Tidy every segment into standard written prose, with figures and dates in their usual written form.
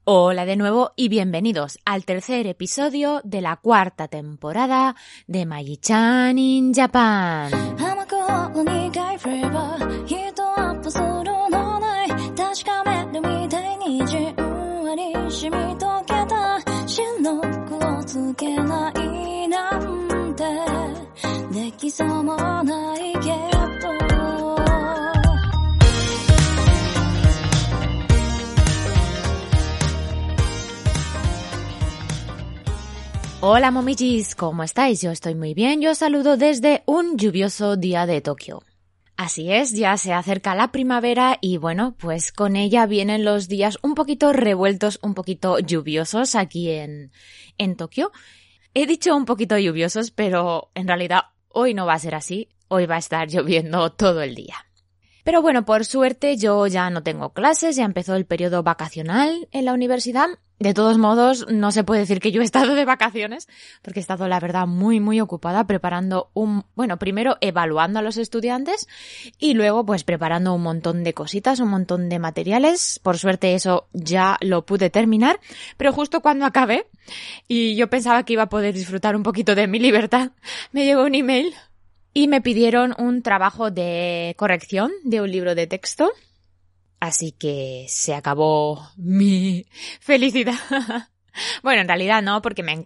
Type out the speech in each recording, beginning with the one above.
Hola de nuevo y bienvenidos al tercer episodio de la cuarta temporada de Magi-chan in Japan. Hola momichis, ¿cómo estáis? Yo estoy muy bien, yo os saludo desde un lluvioso día de Tokio. Así es, ya se acerca la primavera y bueno, pues con ella vienen los días un poquito revueltos, un poquito lluviosos aquí en Tokio. He dicho un poquito lluviosos, pero en realidad hoy no va a ser así, hoy va a estar lloviendo todo el día. Pero bueno, por suerte yo ya no tengo clases, ya empezó el periodo vacacional en la universidad. De todos modos, no se puede decir que yo he estado de vacaciones, porque he estado, la verdad, muy ocupada preparando primero evaluando a los estudiantes y luego pues preparando un montón de cositas, un montón de materiales. Por suerte eso ya lo pude terminar, pero justo cuando acabé y yo pensaba que iba a poder disfrutar un poquito de mi libertad, me llegó un email y me pidieron un trabajo de corrección de un libro de texto. Así que se acabó mi felicidad. Bueno, en realidad no, porque me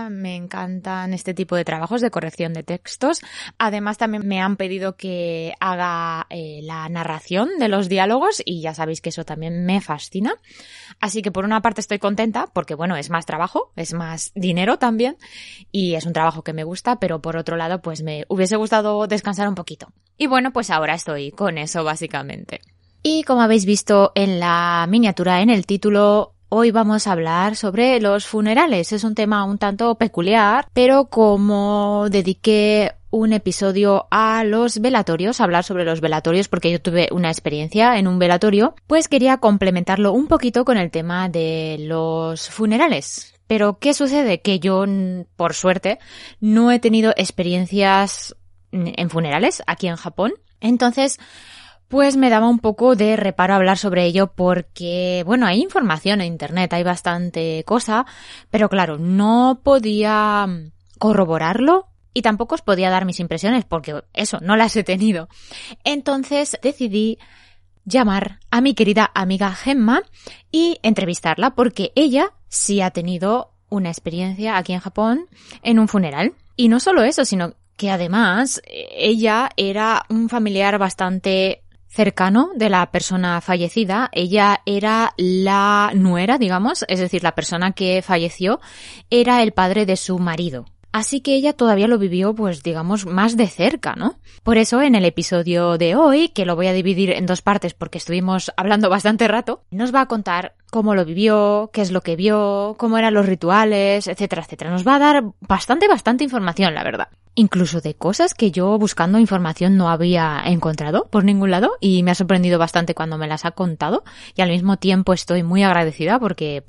encantan este tipo de trabajos de corrección de textos. Además también me han pedido que haga la narración de los diálogos y ya sabéis que eso también me fascina. Así que por una parte estoy contenta porque bueno, es más trabajo, es más dinero también y es un trabajo que me gusta, pero por otro lado pues me hubiese gustado descansar un poquito. Y bueno, pues ahora estoy con eso básicamente. Y como habéis visto en la miniatura, en el título, hoy vamos a hablar sobre los funerales. Es un tema un tanto peculiar, pero como dediqué un episodio a los velatorios, a hablar sobre los velatorios porque yo tuve una experiencia en un velatorio, pues quería complementarlo un poquito con el tema de los funerales. Pero ¿qué sucede? Que yo, por suerte, no he tenido experiencias en funerales aquí en Japón. Entonces, pues me daba un poco de reparo hablar sobre ello porque, bueno, hay información en internet, hay bastante cosa, pero claro, no podía corroborarlo y tampoco os podía dar mis impresiones porque eso, no las he tenido. Entonces decidí llamar a mi querida amiga Gemma y entrevistarla porque ella sí ha tenido una experiencia aquí en Japón en un funeral. Y no solo eso, sino que además ella era un familiar bastante cercano de la persona fallecida. Ella era la nuera, digamos, es decir, la persona que falleció era el padre de su marido. Así que ella todavía lo vivió, pues digamos, más de cerca, ¿no? Por eso en el episodio de hoy, que lo voy a dividir en dos partes porque estuvimos hablando bastante rato, nos va a contar cómo lo vivió, qué es lo que vio, cómo eran los rituales, etcétera, etcétera. Nos va a dar bastante información, la verdad. Incluso de cosas que yo buscando información no había encontrado por ningún lado y me ha sorprendido bastante cuando me las ha contado y al mismo tiempo estoy muy agradecida porque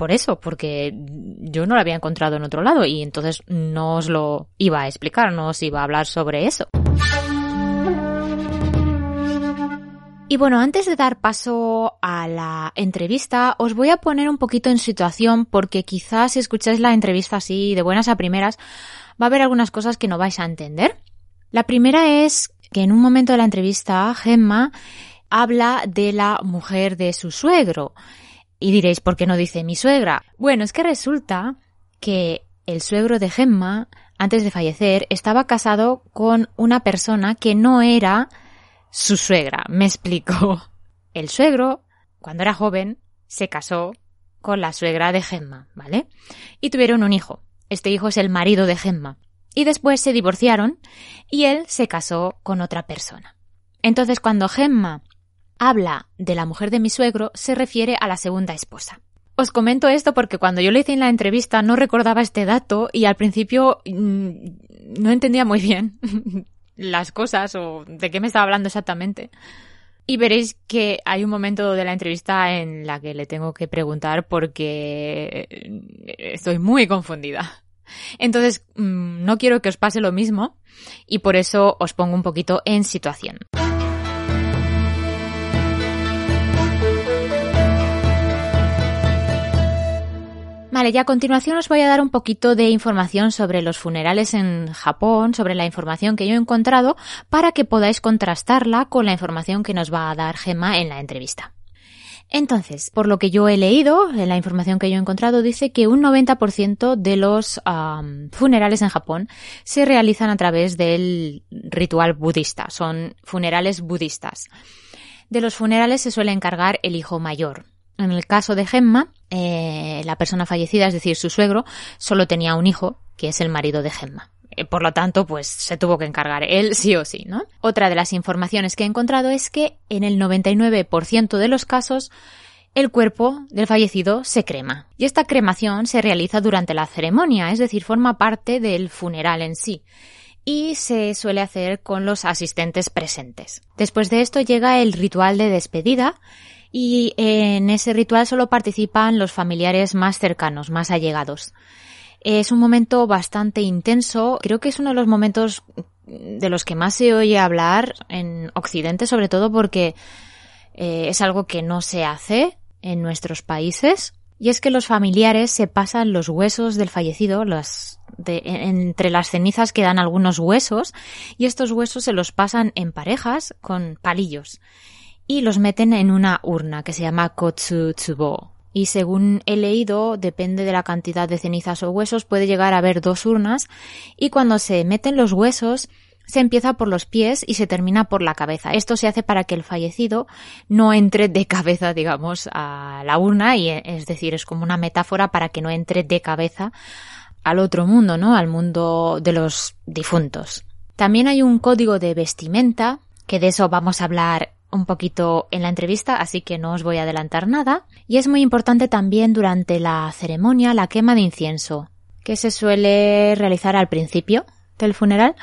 yo no lo había encontrado en otro lado y entonces no os lo iba a explicar, no os iba a hablar sobre eso. Y bueno, antes de dar paso a la entrevista, os voy a poner un poquito en situación porque quizás si escucháis la entrevista así de buenas a primeras, va a haber algunas cosas que no vais a entender. La primera es que en un momento de la entrevista, Gemma habla de la mujer de su suegro. Y diréis, ¿por qué no dice mi suegra? Bueno, es que resulta que el suegro de Gemma, antes de fallecer, estaba casado con una persona que no era su suegra. Me explico. El suegro, cuando era joven, se casó con la suegra de Gemma, ¿vale? Y tuvieron un hijo. Este hijo es el marido de Gemma. Y después se divorciaron y él se casó con otra persona. Entonces, cuando Gemma habla de la mujer de mi suegro, se refiere a la segunda esposa. Os comento esto porque cuando yo le hice en la entrevista no recordaba este dato y al principio no entendía muy bien las cosas o de qué me estaba hablando exactamente. Y veréis que hay un momento de la entrevista en la que le tengo que preguntar porque estoy muy confundida. Entonces, no quiero que os pase lo mismo y por eso os pongo un poquito en situación. Vale, y a continuación os voy a dar un poquito de información sobre los funerales en Japón, sobre la información que yo he encontrado, para que podáis contrastarla con la información que nos va a dar Gemma en la entrevista. Entonces, por lo que yo he leído, en la información que yo he encontrado, dice que un 90% de los funerales en Japón se realizan a través del ritual budista. Son funerales budistas. De los funerales se suele encargar el hijo mayor. En el caso de Gemma, la persona fallecida, es decir, su suegro, solo tenía un hijo, que es el marido de Gemma. Por lo tanto, pues se tuvo que encargar él sí o sí, ¿no? Otra de las informaciones que he encontrado es que en el 99% de los casos el cuerpo del fallecido se crema. Y esta cremación se realiza durante la ceremonia, es decir, forma parte del funeral en sí. Y se suele hacer con los asistentes presentes. Después de esto llega el ritual de despedida y en ese ritual solo participan los familiares más cercanos, más allegados. Es un momento bastante intenso, creo que es uno de los momentos de los que más se oye hablar en Occidente, sobre todo porque es algo que no se hace en nuestros países, y es que los familiares se pasan los huesos del fallecido, entre las cenizas quedan algunos huesos, y estos huesos se los pasan en parejas con palillos, y los meten en una urna que se llama Kotsu-tsubo. Y según he leído, depende de la cantidad de cenizas o huesos, puede llegar a haber 2 urnas, y cuando se meten los huesos se empieza por los pies y se termina por la cabeza. Esto se hace para que el fallecido no entre de cabeza, digamos, a la urna, y es decir, es como una metáfora para que no entre de cabeza al otro mundo, ¿no? Al mundo de los difuntos. También hay un código de vestimenta, que de eso vamos a hablar un poquito en la entrevista, así que no os voy a adelantar nada. Y es muy importante también durante la ceremonia la quema de incienso, que se suele realizar al principio del funeral,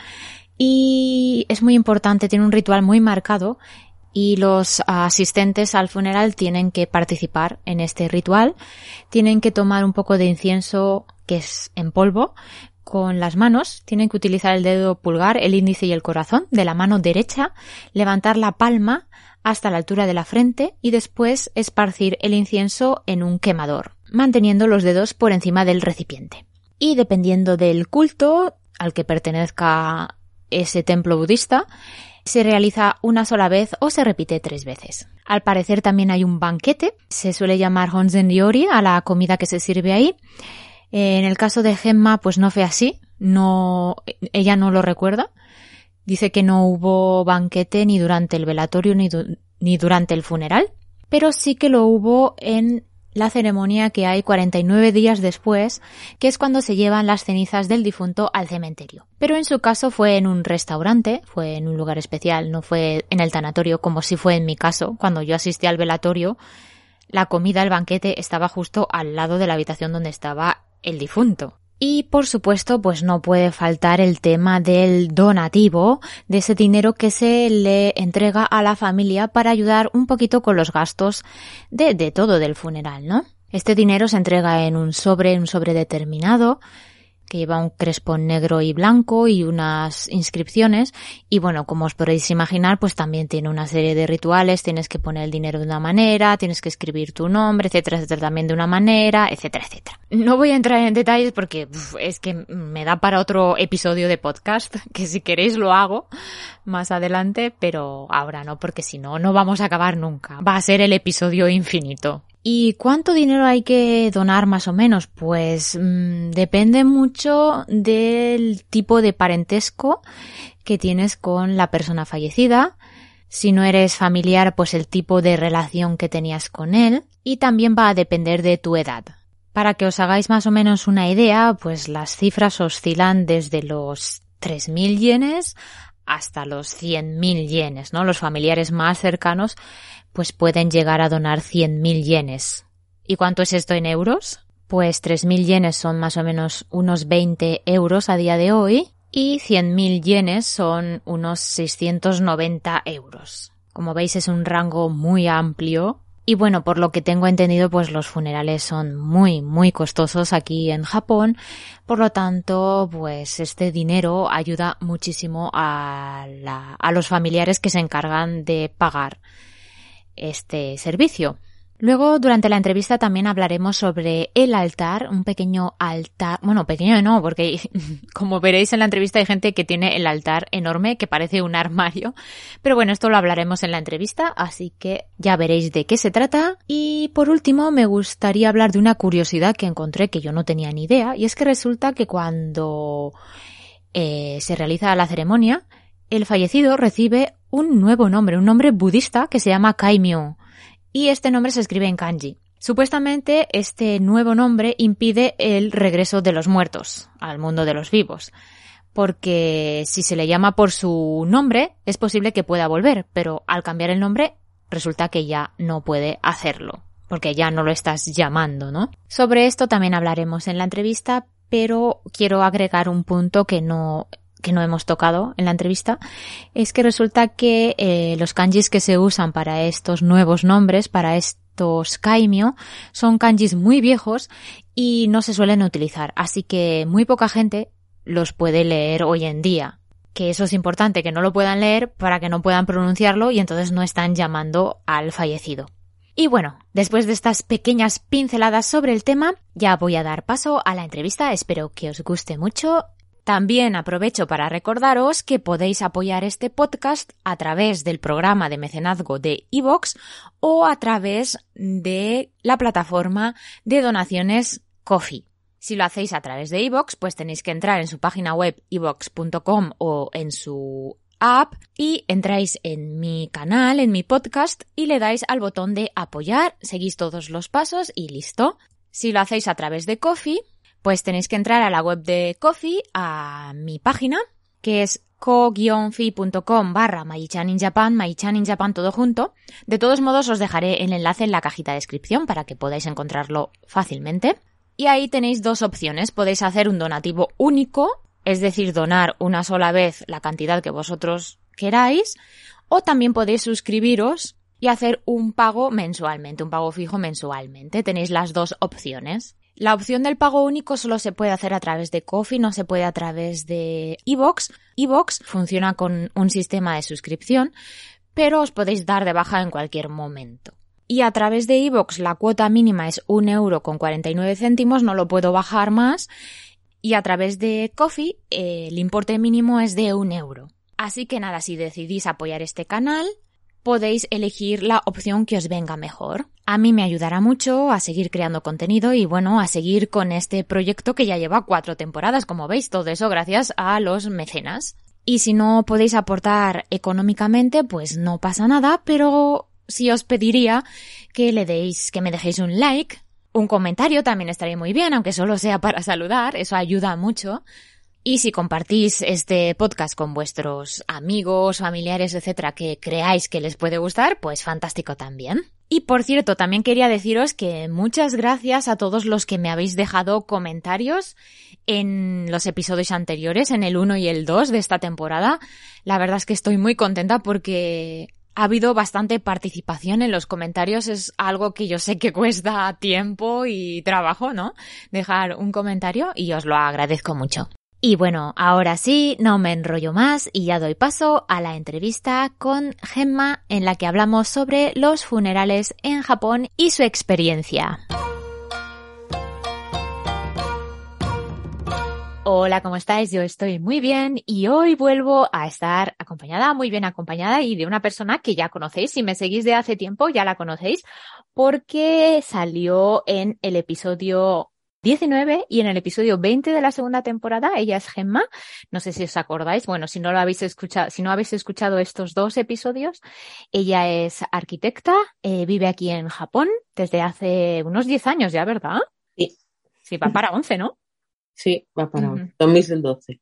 y es muy importante, tiene un ritual muy marcado, y los asistentes al funeral tienen que participar en este ritual, tienen que tomar un poco de incienso que es en polvo con las manos, tienen que utilizar el dedo pulgar, el índice y el corazón de la mano derecha, levantar la palma hasta la altura de la frente y después esparcir el incienso en un quemador, manteniendo los dedos por encima del recipiente. Y dependiendo del culto al que pertenezca ese templo budista, se realiza una sola vez o se repite 3 veces. Al parecer también hay un banquete, se suele llamar Honzen Ryori a la comida que se sirve ahí. En el caso de Gemma, pues no fue así, ella no lo recuerda. Dice que no hubo banquete ni durante el velatorio ni durante el funeral, pero sí que lo hubo en la ceremonia que hay 49 días después, que es cuando se llevan las cenizas del difunto al cementerio. Pero en su caso fue en un restaurante, fue en un lugar especial, no fue en el tanatorio como si fue en mi caso. Cuando yo asistí al velatorio, la comida, el banquete, estaba justo al lado de la habitación donde estaba el difunto. Y por supuesto, pues no puede faltar el tema del donativo, de ese dinero que se le entrega a la familia para ayudar un poquito con los gastos de todo del funeral, ¿no? Este dinero se entrega en un sobre determinado, que lleva un crespón negro y blanco y unas inscripciones, y bueno, como os podéis imaginar, pues también tiene una serie de rituales, tienes que poner el dinero de una manera, tienes que escribir tu nombre, etcétera, etcétera, también de una manera, etcétera, etcétera. No voy a entrar en detalles porque es que me da para otro episodio de podcast, que si queréis lo hago más adelante, pero ahora no, porque si no, no vamos a acabar nunca. Va a ser el episodio infinito. ¿Y cuánto dinero hay que donar más o menos? Pues depende mucho del tipo de parentesco que tienes con la persona fallecida. Si no eres familiar, pues el tipo de relación que tenías con él. Y también va a depender de tu edad. Para que os hagáis más o menos una idea, pues las cifras oscilan desde los 3.000 yenes hasta los 100.000 yenes, ¿no? Los familiares más cercanos pues pueden llegar a donar 100.000 yenes. ¿Y cuánto es esto en euros? Pues 3.000 yenes son más o menos unos 20 euros a día de hoy y 100.000 yenes son unos 690 euros. Como veis es un rango muy amplio y bueno, por lo que tengo entendido pues los funerales son muy muy costosos aquí en Japón, por lo tanto pues este dinero ayuda muchísimo a los familiares que se encargan de pagar este servicio. Luego, durante la entrevista también hablaremos sobre el altar, un pequeño altar, bueno, pequeño no, porque como veréis en la entrevista hay gente que tiene el altar enorme que parece un armario, pero bueno, esto lo hablaremos en la entrevista, así que ya veréis de qué se trata. Y por último, me gustaría hablar de una curiosidad que encontré que yo no tenía ni idea, y es que resulta que cuando se realiza la ceremonia, el fallecido recibe un nuevo nombre, un nombre budista que se llama Kaimyo. Y este nombre se escribe en kanji. Supuestamente este nuevo nombre impide el regreso de los muertos al mundo de los vivos, porque si se le llama por su nombre es posible que pueda volver, pero al cambiar el nombre resulta que ya no puede hacerlo, porque ya no lo estás llamando, ¿no? Sobre esto también hablaremos en la entrevista, pero quiero agregar un punto que no hemos tocado en la entrevista, es que resulta que los kanjis que se usan para estos nuevos nombres, para estos kaimyo, son kanjis muy viejos y no se suelen utilizar, así que muy poca gente los puede leer hoy en día. Que eso es importante, que no lo puedan leer para que no puedan pronunciarlo y entonces no están llamando al fallecido. Y bueno, después de estas pequeñas pinceladas sobre el tema, ya voy a dar paso a la entrevista, espero que os guste mucho. También aprovecho para recordaros que podéis apoyar este podcast a través del programa de mecenazgo de iVoox o a través de la plataforma de donaciones Ko-fi. Si lo hacéis a través de iVoox, pues tenéis que entrar en su página web iVoox.com o en su app y entráis en mi canal, en mi podcast y le dais al botón de apoyar, seguís todos los pasos y listo. Si lo hacéis a través de Ko-fi, pues tenéis que entrar a la web de Ko-fi, a mi página, que es ko-fi.com/Maichan in Japan, Maichan in Japan todo junto. De todos modos, os dejaré el enlace en la cajita de descripción para que podáis encontrarlo fácilmente. Y ahí tenéis dos opciones. Podéis hacer un donativo único, es decir, donar una sola vez la cantidad que vosotros queráis, o también podéis suscribiros y hacer un pago mensualmente, un pago fijo mensualmente. Tenéis las dos opciones. La opción del pago único solo se puede hacer a través de Ko-fi, no se puede a través de iVoox. iVoox funciona con un sistema de suscripción, pero os podéis dar de baja en cualquier momento. Y a través de iVoox la cuota mínima es 1,49 €, no lo puedo bajar más. Y a través de Ko-fi el importe mínimo es de 1 €. Así que nada, si decidís apoyar este canal, podéis elegir la opción que os venga mejor. A mí me ayudará mucho a seguir creando contenido y bueno, a seguir con este proyecto que ya lleva 4 temporadas, como veis, todo eso gracias a los mecenas. Y si no podéis aportar económicamente, pues no pasa nada, pero sí os pediría que me dejéis un like, un comentario también estaría muy bien, aunque solo sea para saludar, eso ayuda mucho. Y si compartís este podcast con vuestros amigos, familiares, etcétera, que creáis que les puede gustar, pues fantástico también. Y por cierto, también quería deciros que muchas gracias a todos los que me habéis dejado comentarios en los episodios anteriores, en el 1 y el 2 de esta temporada. La verdad es que estoy muy contenta porque ha habido bastante participación en los comentarios. Es algo que yo sé que cuesta tiempo y trabajo, ¿no? Dejar un comentario y os lo agradezco mucho. Y bueno, ahora sí, no me enrollo más y ya doy paso a la entrevista con Gemma en la que hablamos sobre los funerales en Japón y su experiencia. Hola, ¿cómo estáis? Yo estoy muy bien y hoy vuelvo a estar acompañada, muy bien acompañada y de una persona que ya conocéis. Si me seguís de hace tiempo ya la conocéis porque salió en el episodio 19 y en el episodio 20 de la segunda temporada. Ella es Gemma, no sé si os acordáis, bueno, si no habéis escuchado estos 2 episodios, ella es arquitecta, vive aquí en Japón desde hace unos 10 años ya, ¿verdad? Sí. Sí, va para 11, ¿no? Sí, va para 2012.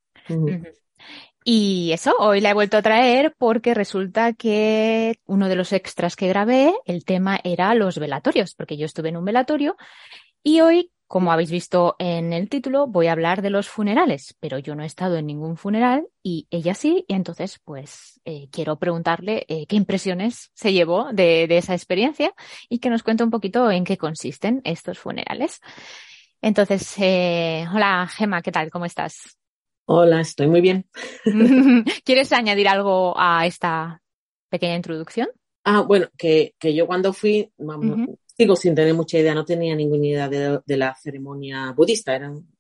Y eso, hoy la he vuelto a traer porque resulta que uno de los extras que grabé, el tema era los velatorios, porque yo estuve en un velatorio y hoy, como habéis visto en el título, voy a hablar de los funerales, pero yo no he estado en ningún funeral y ella sí, y entonces pues quiero preguntarle qué impresiones se llevó de esa experiencia y que nos cuente un poquito en qué consisten estos funerales. Entonces, hola Gemma, ¿qué tal? ¿Cómo estás? Hola, estoy muy bien. ¿Quieres añadir algo a esta pequeña introducción? Bueno, que yo cuando fui, Sigo sin tener mucha idea, no tenía ninguna idea de la ceremonia budista,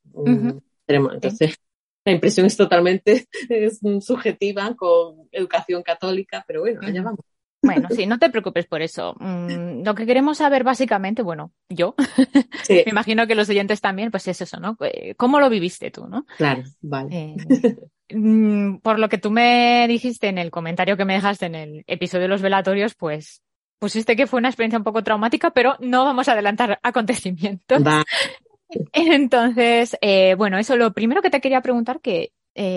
entonces la impresión es totalmente subjetiva con educación católica, pero bueno, allá vamos. Bueno, sí, no te preocupes por eso. Lo que queremos saber básicamente, bueno, yo, Sí. me imagino que los oyentes también, pues es eso, ¿no? ¿Cómo lo viviste tú, no? Claro, vale. Por lo que tú me dijiste en el comentario que me dejaste en el episodio de los velatorios, pues pusiste que fue una experiencia un poco traumática, pero no vamos a adelantar acontecimientos. Va. Entonces, bueno, eso lo primero que te quería preguntar, que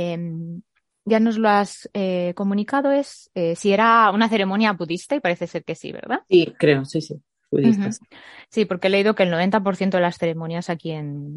ya nos lo has comunicado, es si era una ceremonia budista, y parece ser que sí, ¿verdad? Sí, creo, sí, budistas. Sí, porque he leído que el 90% de las ceremonias aquí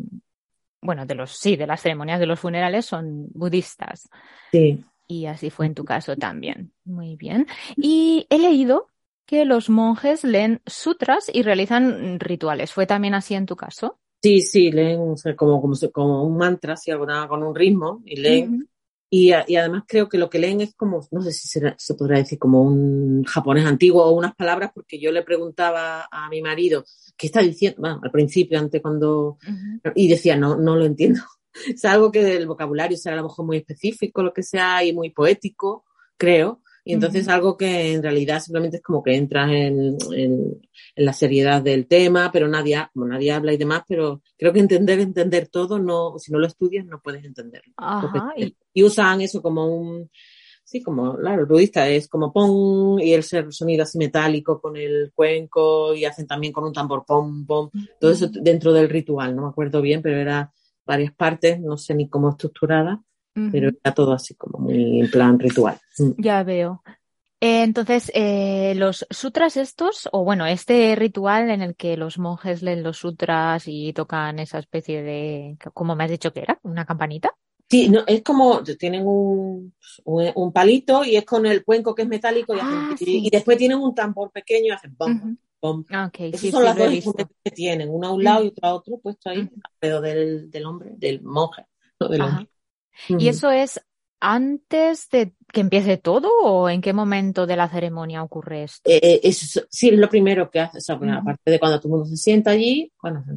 bueno, de las ceremonias de los funerales son budistas. Sí. Y así fue en tu caso también. Muy bien. Y he leído que los monjes leen sutras y realizan rituales. ¿Fue también así en tu caso? Sí, leen, o sea, como un mantra, sí, con un ritmo, y leen. Y además creo que lo que leen es como, no sé si se podrá decir como un japonés antiguo o unas palabras, porque yo le preguntaba a mi marido qué está diciendo, bueno, al principio, antes cuando, y decía, no lo entiendo. Es algo que el vocabulario será a lo mejor muy específico, lo que sea, y muy poético, creo. Y entonces algo que en realidad simplemente es como que entras en la seriedad del tema, pero como nadie habla y demás, pero creo que entender todo, no, si no lo estudias no puedes entenderlo. Ajá. Y usan eso como como, claro, el budista es como pom, y el sonido así metálico con el cuenco, y hacen también con un tambor pom, pom, todo eso dentro del ritual, no me acuerdo bien, pero era varias partes, no sé ni cómo estructurada, pero era todo así como muy en plan ritual. Ya veo. Entonces, los sutras estos, o bueno, este ritual en el que los monjes leen los sutras y tocan esa especie de, ¿cómo me has dicho que era? ¿Una campanita? Sí, no, es como, tienen un palito y es con el cuenco que es metálico y después tienen un tambor pequeño y hacen bom, bom. Okay, Esos sí, son las lo he dos visto. instrumentos que tienen, uno a un lado y otro a otro, puesto ahí, alrededor del hombre, del monje, no del hombre. ¿Y eso es antes de que empiece todo o en qué momento de la ceremonia ocurre esto? Sí, es lo primero que hace, o sea, bueno, aparte de cuando todo el mundo se sienta allí,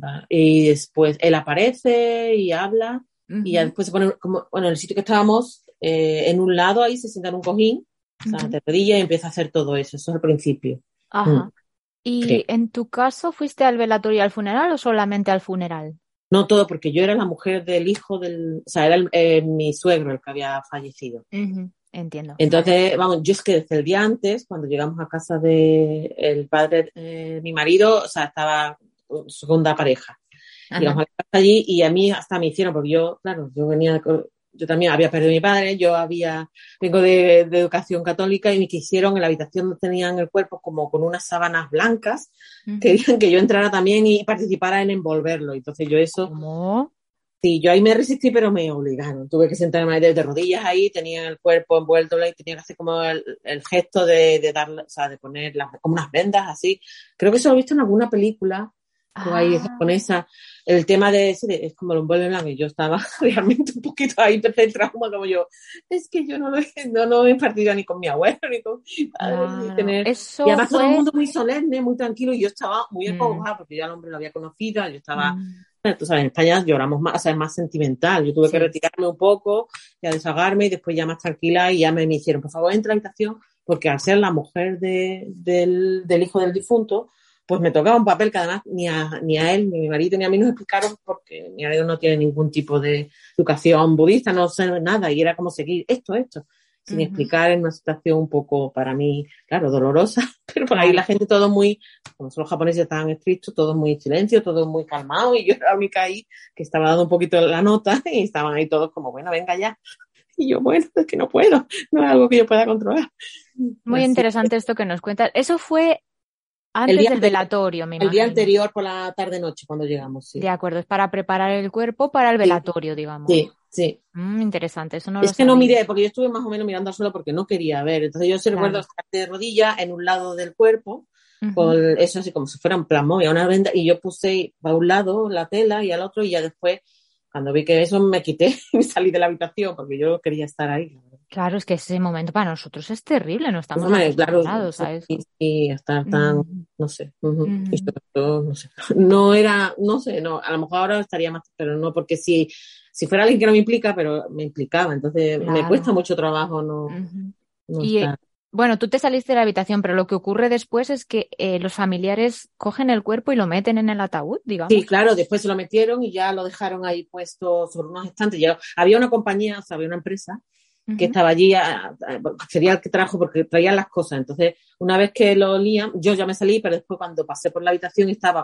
y después él aparece y habla, y ya después se pone, como, bueno, en el sitio que estábamos, en un lado ahí se sienta en un cojín, o sea, te rodilla y empieza a hacer todo eso es el principio. Ajá. ¿Y Creo. en tu caso fuiste al velatorio y al funeral o solamente al funeral? No todo, porque yo era la mujer del hijo o sea, era mi suegro el que había fallecido. Entiendo. Entonces, vamos, yo es que desde el día antes, cuando llegamos a casa de el padre, mi marido, o sea, estaba su segunda pareja. Llegamos a la casa allí y a mí hasta me hicieron, porque yo, claro, yo también había perdido a mi padre, vengo de educación católica y me quisieron en la habitación donde tenían el cuerpo como con unas sábanas blancas, querían que yo entrara también y participara en envolverlo. Entonces yo eso... ¿Cómo? Sí, yo ahí me resistí, pero me obligaron. Tuve que sentarme de rodillas ahí, tenía el cuerpo envuelto y tenía que hacer como el gesto de darle, o sea, de poner como unas vendas así. Creo que eso lo he visto en alguna película que ahí japonesa. El tema es como lo envuelve blanco y yo estaba realmente un poquito ahí, empecé el trauma como yo. Es que yo no he partido ni con mi abuelo ni con mi padre. Y además todo el mundo muy solemne, muy tranquilo y yo estaba muy acongojada porque ya el hombre lo había conocido, yo estaba... Tú sabes, en España lloramos más, o sea, es más sentimental. Yo tuve que retirarme un poco y a desahogarme y después ya más tranquila y ya me hicieron, por favor, entra a la habitación, porque al ser la mujer del hijo del difunto, pues me tocaba un papel que además ni a él, ni a mi marido, ni a mí nos explicaron porque mi marido no tiene ningún tipo de educación budista, no sé nada y era como seguir esto, sin explicar en una situación un poco, para mí, claro, dolorosa, pero por ahí la gente todo muy, como son los japoneses tan estrictos, todo muy en silencio, todo muy calmado, y yo era la única ahí que estaba dando un poquito la nota, y estaban ahí todos como, bueno, venga ya. Y yo, bueno, es que no puedo, no es algo que yo pueda controlar. Muy interesante esto que nos cuentas. Eso fue antes del velatorio, me imagino. El día anterior por la tarde-noche cuando llegamos, sí. De acuerdo, es para preparar el cuerpo para el velatorio, digamos. Sí. Interesante, eso no lo sabía. Es que no miré, porque yo estuve más o menos mirando al suelo porque no quería ver. Entonces yo sí recuerdo estar de rodilla en un lado del cuerpo, con eso así como si fuera un plan momia, una venda, y yo puse a un lado la tela y al otro, y ya después, cuando vi que eso, me quité y salí de la habitación porque yo quería estar ahí. Claro, es que ese momento para nosotros es terrible, no estamos Hombre, claro, acostumbrados a eso. y estar tan, Mm, no sé, ujú. Y mm, sobre todo, no sé, no era, no sé, no, a lo mejor ahora estaría más, pero no, porque si fuera alguien que no me implica, pero me implicaba, entonces me cuesta claro. mucho trabajo Ujú. no Y estar. bueno, tú te saliste de la habitación, pero lo que ocurre después es que los familiares cogen el cuerpo y lo meten en el ataúd, Sí, digamos. claro, después se lo metieron y ya lo dejaron ahí puesto sobre unos estantes. Ya, había una compañía, o sea, había una empresa que Ujú, estaba allí, sería el que trajo porque traían las cosas. Entonces, una vez que lo olían, yo ya me salí, pero después cuando pasé por la habitación estaba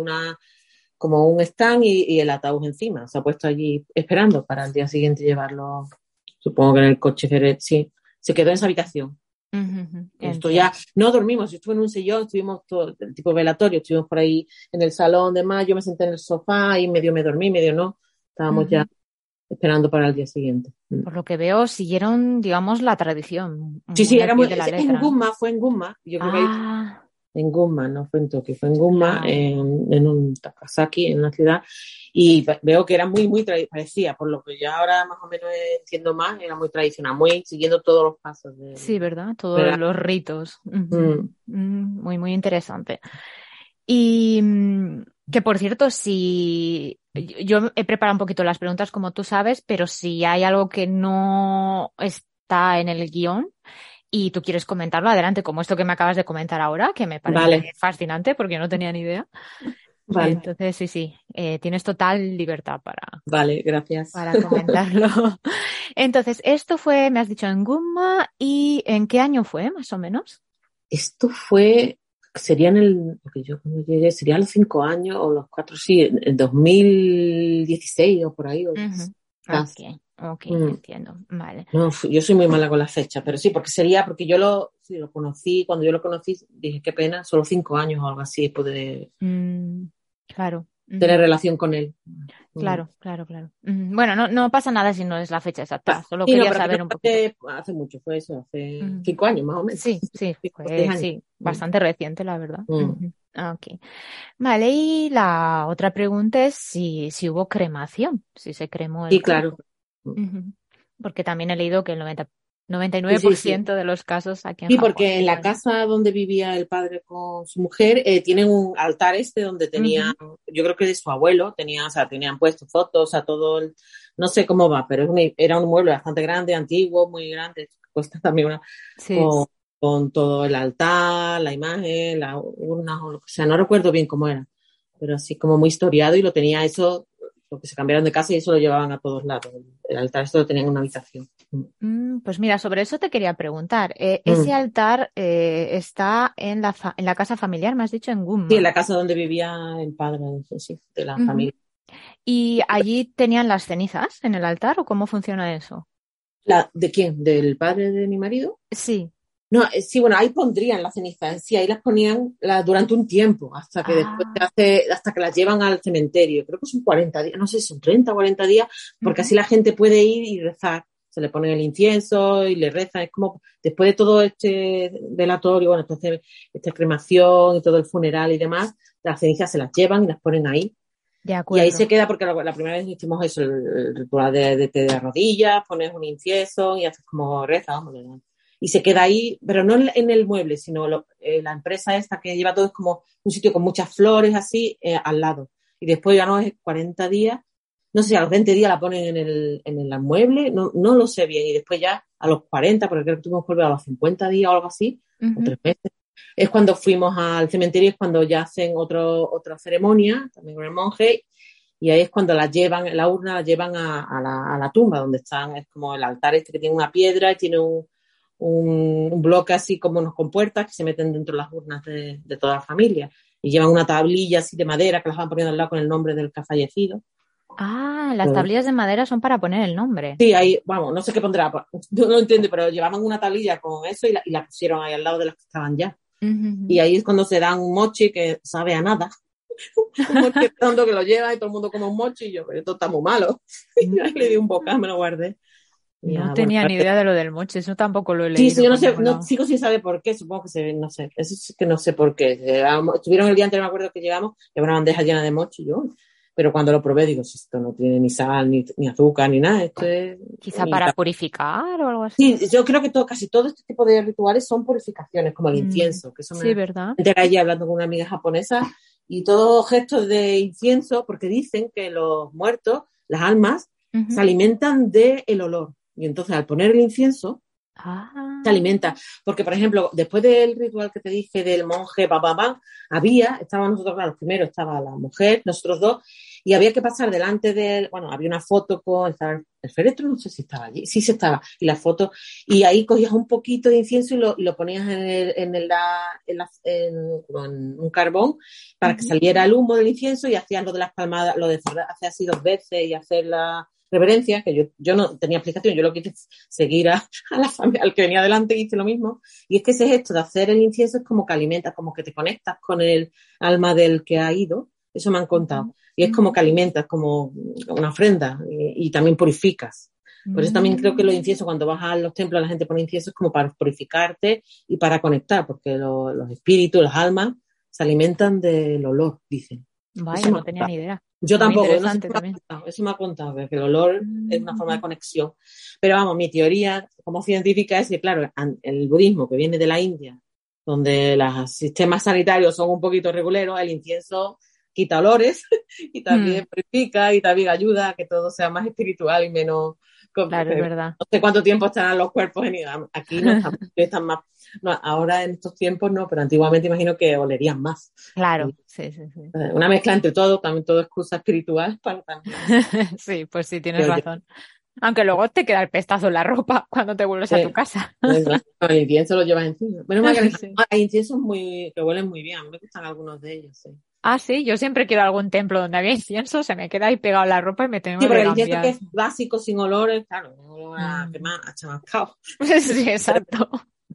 como un stand y el ataúd encima, o sea, puesto allí esperando para el día siguiente llevarlo, supongo que en el coche, sí, se quedó en esa habitación. ujú, ujú. Esto ya, Entiendo. no dormimos, yo estuve en un sillón, estuvimos todo el tipo velatorio, estuvimos por ahí en el salón de más, yo me senté en el sofá y medio me dormí, medio no, estábamos ya Ujú. esperando para el día siguiente. Por lo que veo, siguieron, digamos, la tradición Sí, sí, muy al pie de la letra, ¿no? Fue en Gunma, yo creo que hay Ah, en Gunma, no fue en Tokio, fue en Gunma, claro. en un Takasaki, en una ciudad, y veo que era muy parecía, por lo que yo ahora más o menos entiendo más, era muy tradicional, muy siguiendo todos los pasos Sí, ¿verdad? Todos ¿verdad? los ritos. Ujú. Mm, Muy, muy interesante. Y que por cierto, si yo he preparado un poquito las preguntas como tú sabes, pero si hay algo que no está en el guión y tú quieres comentarlo, adelante, como esto que me acabas de comentar ahora, que me parece vale, fascinante porque no tenía ni idea. vale, Entonces, sí, sí, tienes total libertad vale, gracias. para comentarlo. Entonces, esto fue, me has dicho, en Gumma, ¿y en qué año fue, más o menos? Esto fue, sería porque yo cuando llegué, sería a los 5 años o los 4, sí, en 2016 o por ahí, o Ujú. quizás. Ok, ok, Mm. entiendo. Vale. No, yo soy muy mala con las fechas, pero sí, porque yo sí, lo conocí, cuando yo lo conocí, dije, qué pena, solo 5 años o algo así, pude Mm, claro. tener Ujú. relación con él. Mm. Claro, claro, claro. Ujú. Bueno, no, no pasa nada si no es la fecha exacta, solo Sí, no, quería pero que no saber un fue poquito. hace mucho, fue eso, hace Ujú. 5 años más o menos, Sí, sí, 6 fue, años. sí, Mm. bastante reciente, la verdad. Mm. Ujú. Ok. Vale, y la otra pregunta es si hubo cremación, si se cremó el Sí, claro. cuerpo. Ujú. Porque también he leído que el noventa y Sí, nueve por sí, sí. ciento de los casos aquí en Sí, Japón porque en la fue. casa donde vivía el padre con su mujer, tienen un altar donde tenían, Ujú. yo creo que de su abuelo, o sea, tenían puesto fotos, a todo no sé cómo va, pero era un mueble bastante grande, antiguo, muy grande, cuesta también Sí. con, con todo el altar, la imagen, la urna, o lo que sea, no recuerdo bien cómo era, pero así como muy historiado y lo tenía eso, porque se cambiaron de casa y eso lo llevaban a todos lados. El altar esto lo tenían en una habitación. Pues mira, sobre eso te quería preguntar. Ese Mm. altar está en en la casa familiar, me has dicho, en Sí, en Gunma. la casa donde vivía el padre, sí, sí, de la Ujú. familia. ¿Y allí tenían las cenizas en el altar o cómo funciona eso? ¿De quién? ¿Del padre de mi marido? Sí. No, sí, bueno, ahí pondrían las cenizas, sí, ahí las ponían durante un tiempo, hasta que después Ah. hasta que las llevan al cementerio. Creo que son 40 días, no sé si son 30 o 40 días, porque Ujú. así la gente puede ir y rezar. Se le ponen el incienso y le rezan. Es como después de todo este velatorio, bueno, entonces esta cremación y todo el funeral y demás, las cenizas se las llevan y las ponen ahí. De Y ahí se acuerdo. queda porque la primera vez hicimos eso, el ritual de rodillas, pones un incienso y haces como reza, vamos, ¿verdad? Y se queda ahí, pero no en el mueble, sino la empresa esta que lleva todo es como un sitio con muchas flores así al lado. Y después ya no es 40 días, no sé si a los 20 días la ponen en el mueble, no lo sé bien. Y después ya a los 40, porque creo que tuvimos que volver a los 50 días o algo así, o Ujú. 3 meses. Es cuando fuimos al cementerio, es cuando ya hacen otra ceremonia, también con el monje, y ahí es cuando la llevan, la urna la llevan a la tumba, donde están, es como el altar que tiene una piedra y tiene un bloque así como unos compuertas que se meten dentro de las urnas de toda la familia. Y llevan una tablilla así de madera que las van poniendo al lado con el nombre del que ha fallecido. Ah, las Pero, tablillas de madera son para poner el nombre. sí, ahí, vamos, no sé qué pondrá, no lo entiendo, pero llevaban una tablilla con eso y la pusieron ahí al lado de las que estaban ya. Y Ujú, ahí es cuando se dan un mochi que sabe a nada. Un mochi redondo que lo lleva y todo el mundo come un mochi y yo, pero esto está muy malo. Y ahí le di un ujú. bocado, me lo guardé. Y No ya, bueno, tenía ni idea de lo del moche, eso tampoco lo he sí, sí, leído yo no por sé, ningún no, lado. sigo sin saber por qué, supongo que no sé, eso sí que no sé por qué. Estuvieron el día anterior, me acuerdo que llegamos, y una bandeja llena de mochi, y yo, pero cuando lo probé digo, si esto no tiene ni sal, ni azúcar, ni nada, esto es... Quizá para purificar o algo así. Sí, yo creo que casi todo este tipo de rituales son purificaciones, como el incienso, que eso sí, ¿verdad? me enteré allí hablando con una amiga japonesa, y todos gestos de incienso, porque dicen que los muertos, las almas, se alimentan del olor, y entonces al poner el incienso, se alimenta, porque por ejemplo, después del ritual que te dije del monje, estábamos nosotros, claro, primero estaba la mujer, nosotros dos, y había que pasar delante de, bueno, había una foto con el féretro, no sé si estaba allí, sí se estaba, y la foto, y ahí cogías un poquito de incienso y lo ponías en un carbón para que saliera el humo del incienso y hacías lo de las palmadas, lo de hacer así 2 veces y hacer la reverencia, que yo no tenía explicación, yo lo quise seguir a la familia, al que venía adelante, hice lo mismo, y es que ese gesto de hacer el incienso es como que alimentas, como que te conectas con el alma del que ha ido, eso me han contado, y es como que alimentas, como una ofrenda, y también purificas. Por eso también creo que los inciensos, cuando vas a los templos, la gente pone inciensos como para purificarte y para conectar, porque los espíritus, las almas, se alimentan del olor, dicen. Vaya, no tenía ni idea. Yo tampoco, eso me ha contado, que el olor es una forma de conexión. Pero vamos, mi teoría como científica es que, claro, el budismo que viene de la India, donde los sistemas sanitarios son un poquito reguleros, el incienso quita olores y también purifica y también ayuda a que todo sea más espiritual y menos... Claro, es verdad. No sé cuánto tiempo estarán los cuerpos aquí, no están más... No, ahora en estos tiempos no, pero antiguamente imagino que olerían más. Claro, sí. Una mezcla entre todo, también todo excusa espiritual para también. Sí, pues sí, tienes razón. Aunque luego te queda el pestazo en la ropa cuando te vuelves a tu casa. El incienso lo llevas encima. Menos mal que hay inciensos que huelen muy bien, me gustan algunos de ellos, sí. Ah, sí, yo siempre quiero algún templo donde había incienso, se me queda ahí pegado en la ropa y me tengo que cambiar. Sí, pero el incienso que es básico, sin olores, claro, no olor a chamascado. Sí, exacto.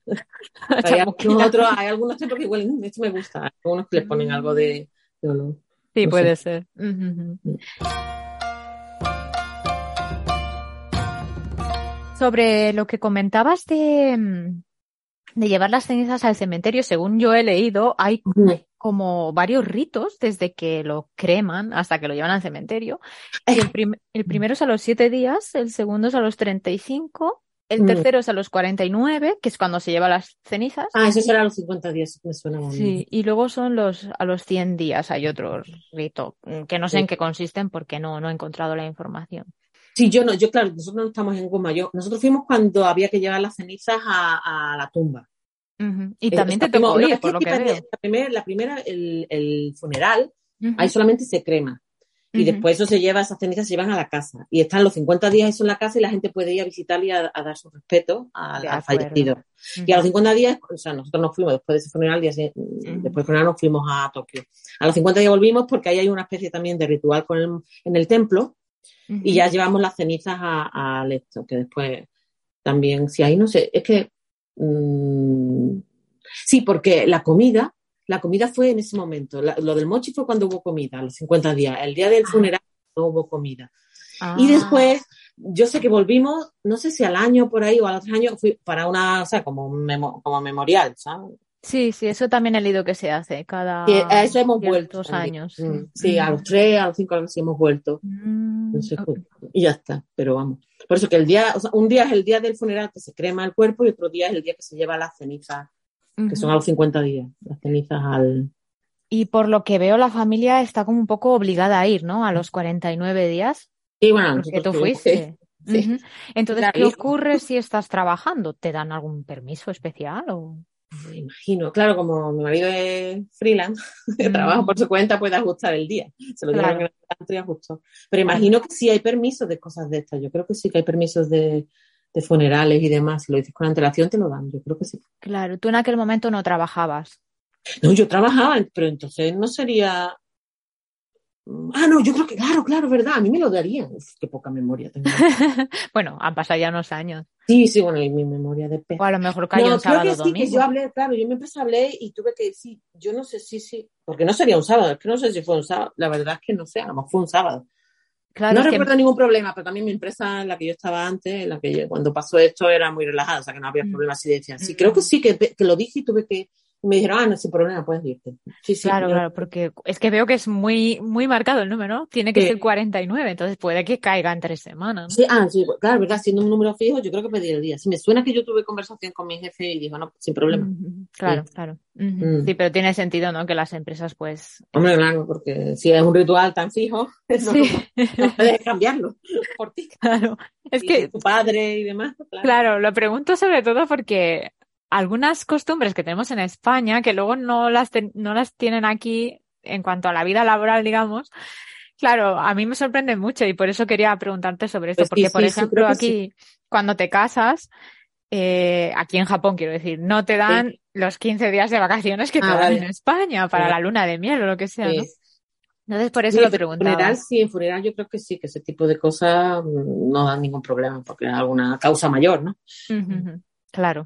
Hay algunos templos que huelen, de hecho me gusta, hay algunos que les ponen algo de olor. Sí, no puede sé. ser. Sobre lo que comentabas de llevar las cenizas al cementerio, según yo he leído, hay como varios ritos desde que lo creman hasta que lo llevan al cementerio. Y el primero es a los 7 días, el segundo es a los 35, el tercero es a los 49, que es cuando se lleva las cenizas. Eso será a los 50 días, me suena bonito. Sí, y luego son a los 100 días, hay otro rito, que no sé en qué consisten porque no he encontrado la información. Sí, claro, nosotros no estamos en Goma. Nosotros fuimos cuando había que llevar las cenizas a la tumba. Y también te tocó ir, por lo que veo. La primera, el funeral, ahí solamente se crema. Y después esas cenizas se llevan a la casa. Y están los 50 días eso en la casa y la gente puede ir a visitar y a dar su respeto al fallecido. Y a los 50 días, o sea, nosotros nos fuimos después de ese funeral, después del funeral nos fuimos a Tokio. A los 50 días volvimos porque ahí hay una especie también de ritual en el templo. Y ya llevamos las cenizas al esto, que después también, si ahí no sé, es que sí, porque la comida fue en ese momento. Lo del mochi fue cuando hubo comida, a los 50 días. El día del funeral no hubo comida. Y después, yo sé que volvimos, no sé si al año por ahí o a los 3 años, fui para una, o sea, como memorial, ¿sabes? Sí, eso también he leído que se hace cada a eso hemos vuelto años. Sí, a los 3, a los 5 años sí hemos vuelto. No sé, y ya está, pero vamos. Por eso que un día es el día del funeral que se crema el cuerpo y otro día es el día que se lleva las cenizas, que son a los 50 días, las cenizas al... Y por lo que veo la familia está como un poco obligada a ir, ¿no? A los 49 días. Sí, bueno, porque tú fuiste. Sí. Entonces, ¿qué ocurre si estás trabajando? ¿Te dan algún permiso especial o...? Me imagino, claro, como mi marido es freelance, que trabaja por su cuenta, puede ajustar el día. Se lo dieron y ajustó. Pero imagino que sí hay permisos de cosas de estas. Yo creo que sí que hay permisos de funerales y demás. Si lo dices con antelación, te lo dan. Yo creo que sí. Claro, tú en aquel momento no trabajabas. No, yo trabajaba, pero entonces no sería... no, yo creo que, claro, verdad, a mí me lo darían. Uf, qué poca memoria tengo. Bueno, han pasado ya unos años. Sí, bueno, y mi memoria de pez. O a lo mejor cayó un sábado creo que sí, domingo. que yo hablé, claro, yo me empecé a hablar y tuve que decir, yo no sé si, porque no sería un sábado, es que no sé si fue un sábado, la verdad es que no sé, a lo mejor fue un sábado. Claro, no recuerdo ningún problema, pero también mi empresa en la que yo estaba antes, en la que cuando pasó esto era muy relajada, o sea que no había problemas así de decían. Sí, creo que sí, que lo dije y tuve que Y me dijeron, no, sin problema, puedes irte. Sí, Claro, porque es que veo que es muy, muy marcado el número, ¿no? Tiene que ser 49, entonces puede que caiga en 3 semanas, ¿no? sí, sí, claro, verdad, siendo un número fijo, yo creo que pedir el día. Si me suena que yo tuve conversación con mi jefe y dijo, no, sin problema. Claro. Sí, pero tiene sentido, ¿no? Que las empresas, pues... Hombre, claro, porque si es un ritual tan fijo, Sí, no puedes cambiarlo por ti. claro. Es Y si que, es tu padre y demás, claro. claro, lo pregunto sobre todo porque algunas costumbres que tenemos en España, que luego no las tienen aquí en cuanto a la vida laboral, digamos, claro, a mí me sorprende mucho y por eso quería preguntarte sobre esto, Pues sí, porque, por sí, ejemplo, creo que sí. aquí, cuando te casas, aquí en Japón, quiero decir, no te Sí. dan los 15 días de vacaciones que te dan en Vale. España para Vale. la luna de miel o lo que sea, ¿no? Sí. Entonces, por eso Sí, lo pero preguntaba. en funeral yo creo que sí, que ese tipo de cosas no dan ningún problema, porque es alguna causa mayor, ¿no? Ujú, ujú. Claro.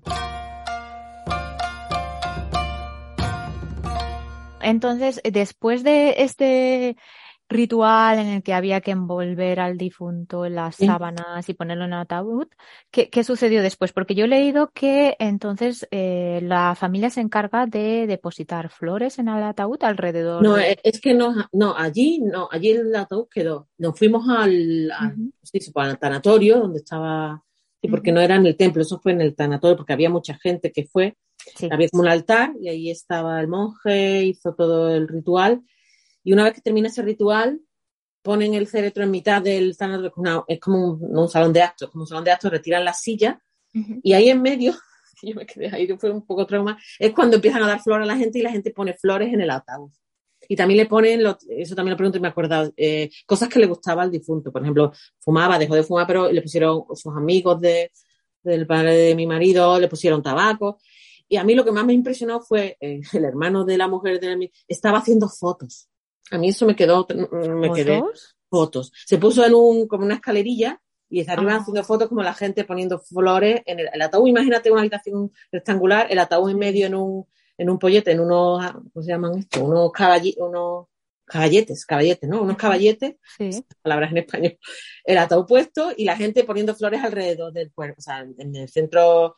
Entonces, después de este ritual en el que había que envolver al difunto en las Sí. sábanas y ponerlo en el ataúd, ¿qué sucedió después? Porque yo he leído que entonces la familia se encarga de depositar flores en el ataúd alrededor No, de... es que no, allí el ataúd quedó. Nos fuimos Ujú, sí, al tanatorio donde estaba, sí, porque ujú. no era en el templo, eso fue en el tanatorio, porque había mucha gente que fue, Sí. había como un altar y ahí estaba el monje, hizo todo el ritual, y una vez que termina ese ritual, ponen el féretro en mitad del tanatorio, es como no un salón de actos, como un salón de actos, retiran la silla, Ujú. y ahí en medio, yo me quedé ahí, fue un poco trauma, es cuando empiezan a dar flores a la gente y la gente pone flores en el ataúd. Y también le ponen, eso también lo pregunto y me he acordado, cosas que le gustaba al difunto. Por ejemplo, fumaba, dejó de fumar, pero le pusieron sus amigos del padre de mi marido, le pusieron tabaco. Y a mí lo que más me impresionó fue el hermano de la mujer estaba haciendo fotos. A mí eso me quedé ¿Fotos? fotos. Se puso como una escalerilla y está arriba Ah, haciendo fotos como la gente poniendo flores en el ataúd. Imagínate una habitación rectangular, el ataúd en medio sí. en un pollete, en unos, ¿cómo se llaman esto? Unos caballetes, ¿no? Unos Ujú. caballetes, Sí. palabras en español, el ataúd puesto y la gente poniendo flores alrededor del cuerpo, o sea, en el centro,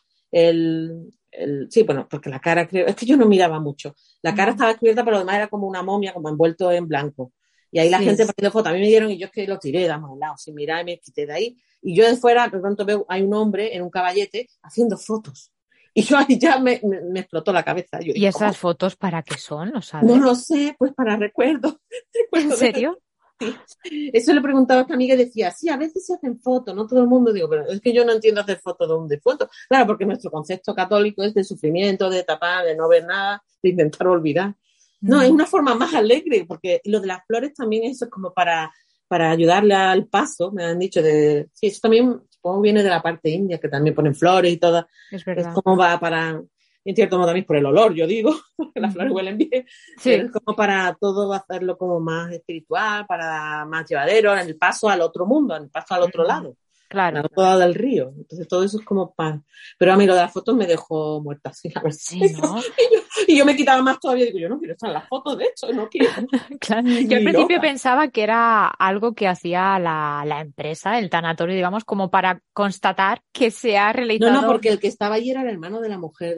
sí, bueno, porque la cara, creo, es que yo no miraba mucho, la cara Ujú. estaba descubierta, pero además era como una momia, como envuelto en blanco. Y ahí la Sí. gente poniendo fotos, a mí me dieron y yo es que lo tiré, damos al lado, sin mirar y me quité de ahí. Y yo de fuera, de pronto veo, hay un hombre en un caballete haciendo fotos. Y yo ahí ya me explotó la cabeza. Yo ¿Y digo, esas ¿cómo? fotos para qué son? ¿Lo No lo sabes? sé, pues para recuerdo. ¿En Recuerdo de serio? sí. Eso le preguntaba a esta amiga y decía, sí, a veces se hacen fotos, no todo el mundo. Digo, pero es que yo no entiendo hacer fotos de un difunto. Claro, porque nuestro concepto católico es de sufrimiento, de tapar, de no ver nada, de intentar olvidar. No, es Ujú. una forma más alegre, porque lo de las flores también eso es como para ayudarle al paso, me han dicho de, sí, eso también supongo viene de la parte india, que también ponen flores y todo, Es es verdad. como va para, en cierto modo también por el olor, yo digo, porque las flores Ujú. huelen bien, pero Sí, es como para todo hacerlo como más espiritual, para más llevadero, en el paso al otro mundo, en el paso al otro ujú. lado, al Claro. otro lado del río. Entonces todo eso es como para... Pero a mí lo de las fotos me dejó muerta así, la verdad. Sí, ¿no? Y yo me quitaba más todavía, digo, yo no quiero estar en las fotos, de hecho, no quiero, Claro. Yo al ni principio loca. pensaba que era algo que hacía la empresa, el tanatorio, digamos, como para constatar que se ha No, realizado, porque el que estaba allí era el hermano de la mujer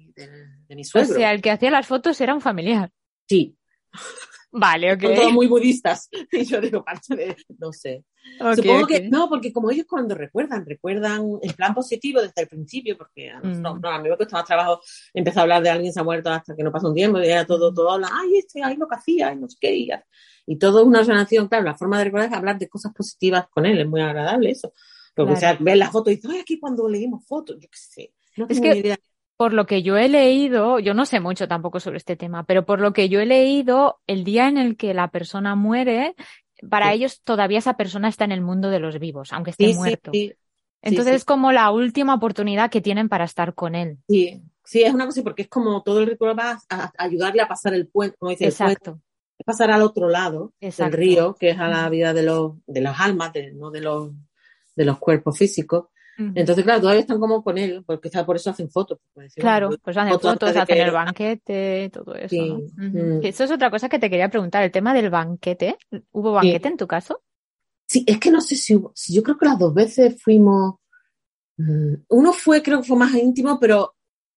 de mi o sea, suegro. el que hacía las fotos era un familiar. Sí, Vale, ok. son todos muy budistas. Y yo digo, no sé. Ok, Supongo ok. que no, porque como ellos cuando recuerdan el plan positivo desde el principio, porque a nosotros, Mm, no, a mí me cuesta más trabajo empezar a hablar de alguien que se ha muerto hasta que no pasa un tiempo, y era mm, todo habla, ay, ay, lo que hacía, ay, no sé qué, y todo es una relación, claro, la forma de recordar es hablar de cosas positivas con él, es muy agradable eso. Porque, o claro. sea, ver las fotos y dices, ay, aquí cuando leímos fotos, yo qué sé, no Es tengo ni que idea. por lo que yo he leído, yo no sé mucho tampoco sobre este tema, pero por lo que yo he leído, el día en el que la persona muere, para Sí, ellos todavía esa persona está en el mundo de los vivos, aunque esté sí, sí, muerto. sí, sí, Entonces sí. es como la última oportunidad que tienen para estar con él. Sí, sí, es una cosa, porque es como todo el ritual va a ayudarle a pasar el puente, como dice, el puente, Exacto, es pasar al otro lado del exacto. río, que es a la Ujú, vida de las almas, no de los cuerpos físicos. ujú. Entonces, claro, todavía están como con él, porque por eso hacen fotos. Pues, decir, bueno, Claro, pues hacen fotos antes fotos, de hacen el que... banquete, todo eso, ¿no? Sí, Ujú. Que eso es otra cosa que te quería preguntar, el tema del banquete. ¿Hubo sí. banquete en tu caso? Sí, es que no sé si yo creo que las dos veces fuimos... Uno fue, creo que fue más íntimo, pero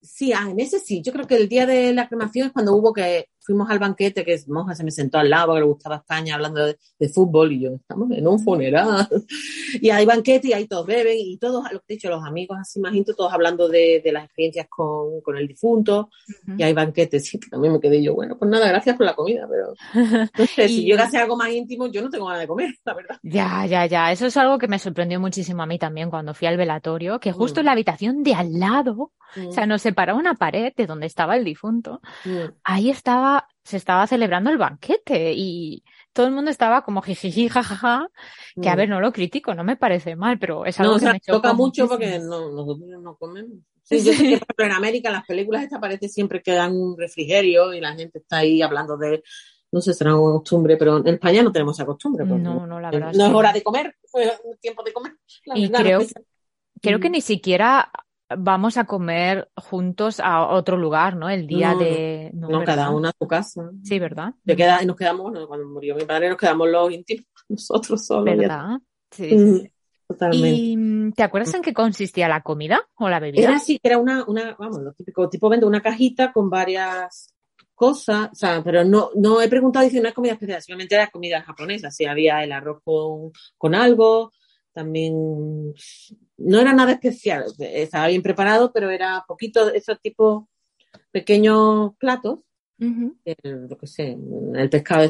Sí, en ese sí. Yo creo que el día de la cremación es cuando fuimos al banquete, que Monja se me sentó al lado, que le gustaba España, hablando de fútbol, y yo, estamos en un funeral. Y hay banquete y ahí todos beben, y todos, lo que he dicho, los amigos así más íntimos, todos hablando de las experiencias con el difunto, y hay banquetes. Sí, que también me quedé yo, bueno, pues nada, gracias por la comida, pero no sé, si llegase a algo más íntimo, yo no tengo ganas de comer, la verdad. Ya. Eso es algo que me sorprendió muchísimo a mí también cuando fui al velatorio, que justo en la habitación de al lado, o sea, nos separaba una pared de donde estaba el difunto. Ahí se estaba celebrando el banquete y todo el mundo estaba como jijiji, jajaja, que a ver, no lo critico, no me parece mal, pero es algo No, o que sea, me chocó toca mucho muchísimo. porque nosotros no comemos. Sí, yo sé que por ejemplo, en América las películas esta parece siempre que dan un refrigerio y la gente está ahí hablando no sé, será una costumbre, pero en España no tenemos esa costumbre. No, la verdad no es es que hora no. de comer, no es tiempo de comer. La Y verdad, creo que ni siquiera vamos a comer juntos a otro lugar, ¿no? El día de... No, No, cada ¿verdad? uno a su casa. Sí, ¿verdad? Nos quedamos, bueno, cuando murió mi padre, nos quedamos los íntimos, nosotros solos. ¿Verdad? Sí. Totalmente. ¿Y te acuerdas en qué consistía la comida o la Era bebida? así, que era vamos, lo típico, tipo vende una cajita con varias cosas, o sea, pero no he preguntado si no es comida especial, simplemente era comida japonesa, si había el arroz con algo, también no era nada especial, estaba bien preparado, pero era poquito, esos tipos pequeños platos, lo que sé, el pescado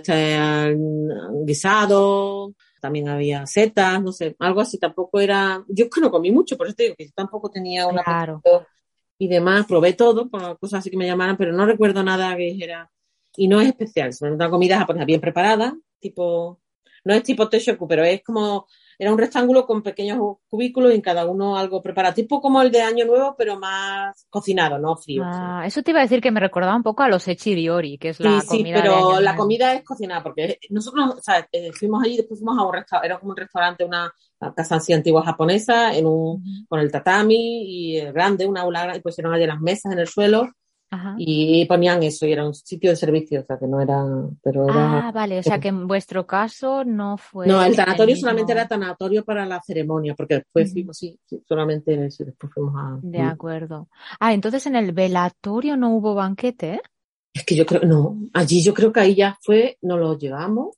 guisado, también había setas, no sé, algo así, tampoco era, yo es que no comí mucho, por eso te digo que yo tampoco tenía un Claro. apetito y demás, probé todo, por cosas así que me llamaran, pero no recuerdo nada que dijera, y no es especial, es una comida japonesa bien preparada, tipo, no es tipo Toshoku, pero es como, era un rectángulo con pequeños cubículos y en cada uno algo preparado, tipo como el de Año Nuevo, pero más cocinado, no frío. Ah, eso te iba a decir que me recordaba un poco a los echiriori, que es la Sí, comida de Año pero la Nuevo. comida es cocinada, porque nosotros, o sea, fuimos allí, después fuimos a un restaurante, era como un restaurante, una casa así antigua japonesa, con el tatami y grande, una aula grande, y pusieron allí las mesas en el suelo Ajá. y ponían eso, y era un sitio de servicio, o sea, que no era, pero era... Ah, vale, o sea que en vuestro caso no No, el fue el tanatorio solamente era mismo. tanatorio para la ceremonia, porque después fuimos, sí, solamente en eso, después fuimos a... De acuerdo. Ah, entonces en el velatorio no hubo banquete, ¿eh? Es que yo creo, no, allí yo creo que ahí ya fue, nos lo llevamos,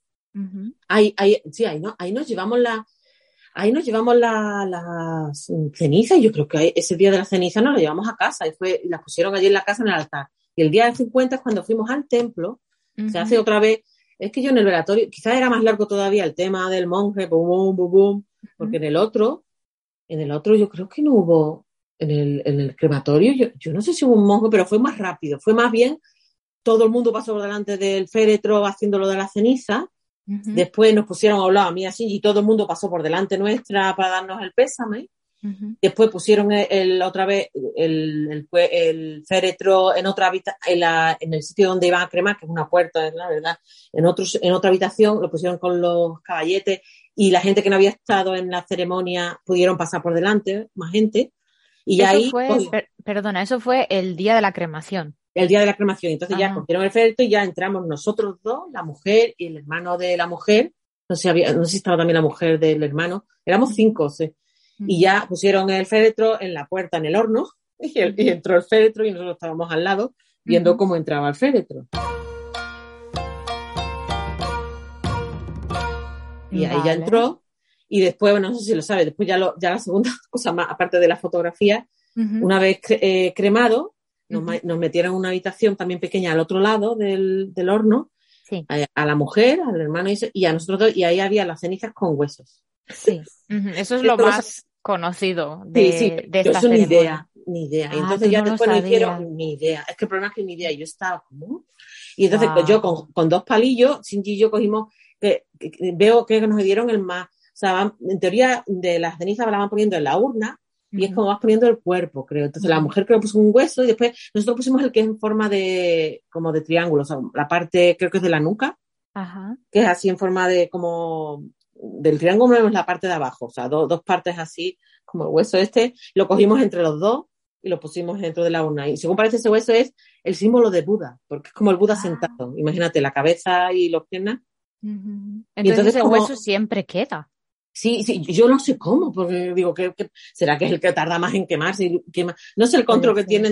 sí, ahí nos llevamos ahí nos llevamos las cenizas y yo creo que ese día de la ceniza nos la llevamos a casa y las pusieron allí en la casa en el altar. Y el día de 50 es cuando fuimos al templo, se hace otra vez, es que yo en el velatorio, quizás era más largo todavía el tema del monje, bum, bum, bum, porque en el otro yo creo que no hubo, en el crematorio, yo no sé si hubo un monje, pero fue más rápido, fue más bien, todo el mundo pasó por delante del féretro haciéndolo de la ceniza. Después nos pusieron a hablar a mí así y todo el mundo pasó por delante nuestra para darnos el pésame. Después pusieron otra vez el féretro en otra en el sitio donde iban a cremar, que es una puerta, la verdad, en otra habitación, lo pusieron con los caballetes y la gente que no había estado en la ceremonia pudieron pasar por delante, más gente. Y Eso ahí fue, perdona, eso fue el día de la cremación. el día de la cremación. Entonces ya Ajá. cogieron el féretro y ya entramos nosotros dos, la mujer y el hermano de la mujer. No sé si estaba también la mujer del hermano. Éramos 5, sí. Y ya pusieron el féretro en la puerta, en el horno, y entró el féretro y nosotros estábamos al lado viendo cómo entraba el féretro. Y ahí ya entró. Y después, bueno, no sé si lo sabes, después ya la segunda cosa más, aparte de la fotografía, una vez cremado, nos metieron en una habitación también pequeña al otro lado del horno, Sí. a la mujer, al hermano y a nosotros dos, y ahí había las cenizas con huesos. Sí, eso es lo más conocido de esta eso ceremonia. ni idea. Y Ah, entonces tú ya no lo después nos sabías. hicieron ni idea. Es que el problema es que ni idea. Y yo estaba como... Y entonces Wow. yo con 2 palillos, Shinji y yo cogimos, que veo que nos dieron el más... O sea, en teoría de las cenizas la van poniendo en la urna y es como vas poniendo el cuerpo, creo. Entonces la mujer creo que puso un hueso y después nosotros pusimos el que es en forma como de triángulo. O sea, la parte creo que es de la nuca, que es así en forma de como... Del triángulo es la parte de abajo, o sea, dos partes así, como el hueso lo cogimos entre los dos y lo pusimos dentro de la urna. Y según parece ese hueso es el símbolo de Buda, porque es como el Buda sentado. Imagínate, la cabeza y los piernas. Entonces ese hueso siempre queda. Sí, yo no sé cómo, porque digo, ¿será que es el que tarda más en quemarse? No sé el control que tienen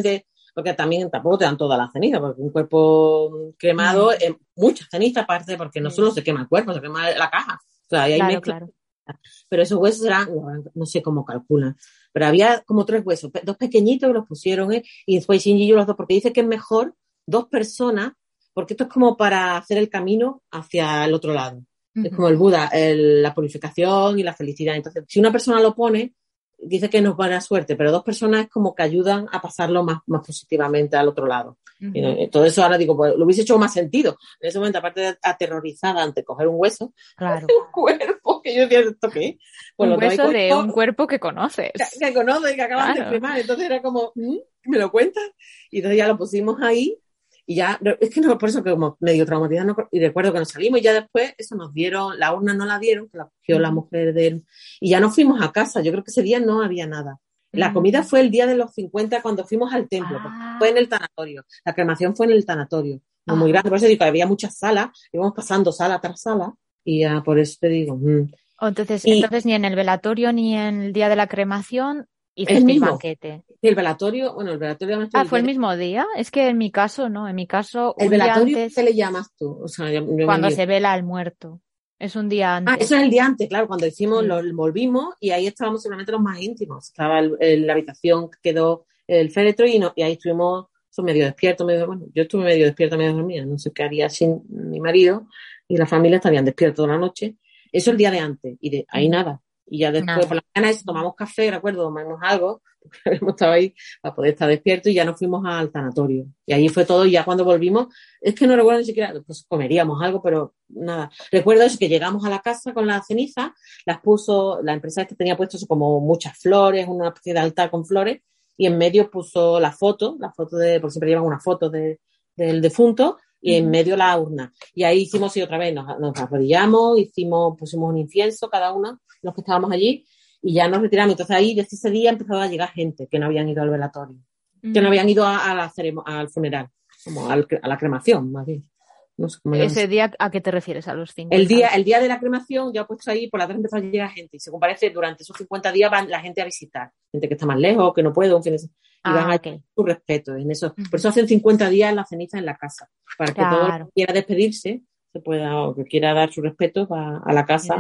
porque también tampoco te dan toda la ceniza, porque un cuerpo quemado es mucha ceniza aparte, porque no solo se quema el cuerpo, se quema la caja. O sea, ahí hay mezcla. Claro. Pero esos huesos eran, no sé cómo calculan, pero había como 3 huesos, 2 pequeñitos que los pusieron, y después Shinji y yo los 2, porque dice que es mejor 2 personas, porque esto es como para hacer el camino hacia el otro lado. Es como el Buda, la purificación y la felicidad. Entonces, si una persona lo pone, dice que nos va a dar suerte, pero 2 personas es como que ayudan a pasarlo más positivamente al otro lado. Todo eso ahora digo, pues lo hubiese hecho más sentido. En ese momento, aparte de aterrorizada ante coger un hueso, Claro. un cuerpo, que yo decía, ¿esto qué? Pues un hueso de un cuerpo que conoces. Que conoces, que acabas de cremar. Entonces era como, ¿me lo cuentas? Y entonces ya lo pusimos ahí. Y ya, es que no, por eso que como medio traumatizada, no, y recuerdo que nos salimos y ya después eso nos dieron, la urna no la dieron, que la cogió la mujer de él, y ya nos fuimos a casa. Yo creo que ese día no había nada. La comida fue el día de los 50 cuando fuimos al templo, porque fue en el tanatorio. La cremación fue en el tanatorio, no muy grande, por eso digo que había muchas salas, íbamos pasando sala tras sala, y ya por eso te digo. Entonces ni en el velatorio ni en el día de la cremación hiciste el banquete. El velatorio, bueno, el velatorio... ¿Fue el mismo día? Es que en mi caso, no. En mi caso, ¿El un día velatorio antes... qué le llamas tú? O sea, cuando se vela al muerto. Es un día antes. Eso es el día antes, claro. Cuando hicimos, lo volvimos y ahí estábamos seguramente los más íntimos. Estaba la habitación que quedó el féretro y ahí estuvimos medio despiertos. Bueno, yo estuve medio despierta, medio dormida. No sé qué haría sin mi marido y la familia estarían despiertos toda la noche. Eso el día de antes y de ahí nada. Y ya después por la mañana tomamos café, recuerdo, tomamos algo, porque habíamos estado ahí para poder estar despiertos y ya nos fuimos al tanatorio. Y allí fue todo y ya cuando volvimos, es que no recuerdo ni siquiera, pues comeríamos algo, pero nada. Recuerdo eso, que llegamos a la casa con la ceniza, las puso, la empresa que tenía puesto como muchas flores, una especie de altar con flores, y en medio puso la foto porque siempre llevan una foto del defunto, y en medio la urna. Y ahí hicimos, y otra vez nos arrodillamos, pusimos un incienso cada uno, los que estábamos allí, y ya nos retiramos. Entonces ahí, desde ese día, empezó a llegar gente que no habían ido al velatorio, que no habían ido al funeral, como a la cremación, más bien. No sé cómo ¿Ese día a qué te refieres? ¿A los 50? El día de la cremación, ya puesto ahí, por la tarde empezó a llegar gente, y según parece, durante esos 50 días van la gente a visitar, gente que está más lejos, que no puede, un fin de semana, y van a dar su respeto en eso. Por eso hacen 50 días la ceniza en la casa, para que todo el que quiera despedirse se pueda, o que quiera dar su respeto a la casa.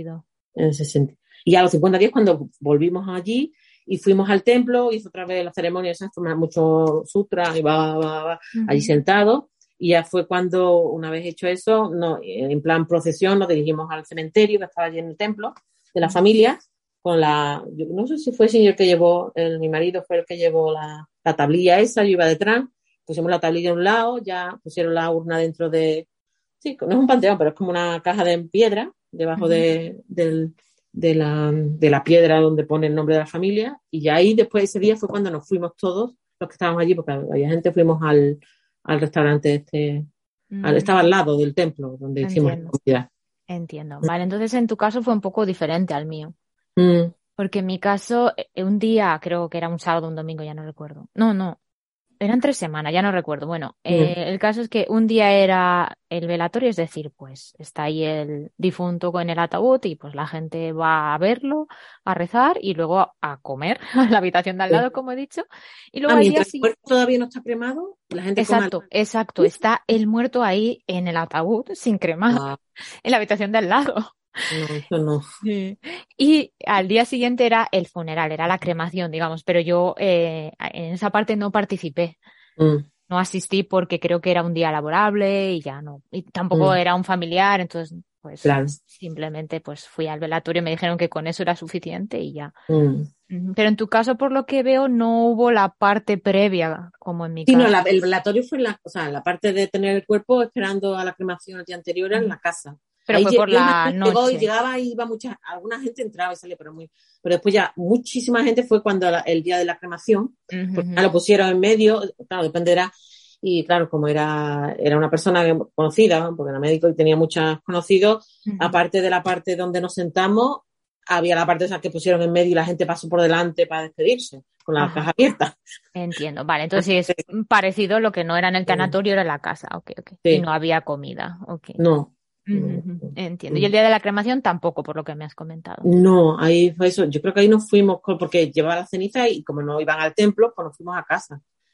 En ese sentido. Y a los 50 días, cuando volvimos allí y fuimos al templo, hizo otra vez la ceremonia, mucho sutra, y allí sentados. Y ya fue cuando, una vez hecho eso, en plan procesión, nos dirigimos al cementerio que estaba allí en el templo de la familia, yo no sé si fue el señor que llevó, mi marido fue el que llevó la tablilla esa, yo iba detrás, pusimos la tablilla a un lado, ya pusieron la urna dentro sí, no es un panteón, pero es como una caja de piedra, debajo de la piedra donde pone el nombre de la familia, y ya ahí después ese día fue cuando nos fuimos todos los que estábamos allí, porque había gente, fuimos al restaurante estaba al lado del templo donde hicimos la comida. Entiendo. Vale, entonces en tu caso fue un poco diferente al mío. Porque en mi caso, un día, creo que era un sábado, un domingo, ya no recuerdo. No, eran 3 semanas, ya no recuerdo. Bueno, el caso es que un día era el velatorio, es decir, pues está ahí el difunto con el ataúd y pues la gente va a verlo, a rezar y luego a comer a la habitación de al lado, como he dicho. Y luego mientras el cuerpo todavía no está cremado, la gente Exacto. Está el muerto ahí en el ataúd, sin cremar, en la habitación de al lado. No, eso no. Sí. Y al día siguiente era el funeral, era la cremación, digamos, pero yo en esa parte no participé. No asistí porque creo que era un día laborable y ya no. Y tampoco era un familiar, entonces pues simplemente pues fui al velatorio y me dijeron que con eso era suficiente y ya. Pero en tu caso, por lo que veo, no hubo la parte previa, como en mi caso. Sí, no, el velatorio fue la parte de tener el cuerpo esperando a la cremación el día anterior en la casa. Pero ahí fue por la noche. Y llegaba y iba alguna gente entraba y salía, pero después ya muchísima gente fue cuando el día de la cremación, porque lo pusieron en medio, claro, dependerá, y claro, como era una persona conocida, porque era médico y tenía muchos conocidos, aparte de la parte donde nos sentamos, había la parte esa que pusieron en medio y la gente pasó por delante para despedirse, con la caja abierta. Entiendo, vale, entonces es parecido, lo que no era en el tanatorio era en la casa, ok. Sí. Y no había comida, ok. No. Entiendo. Y el día de la cremación tampoco, por lo que me has comentado. No, ahí fue eso. Yo creo que ahí nos fuimos porque llevaba la ceniza y como no iban al templo, pues nos fuimos a casa.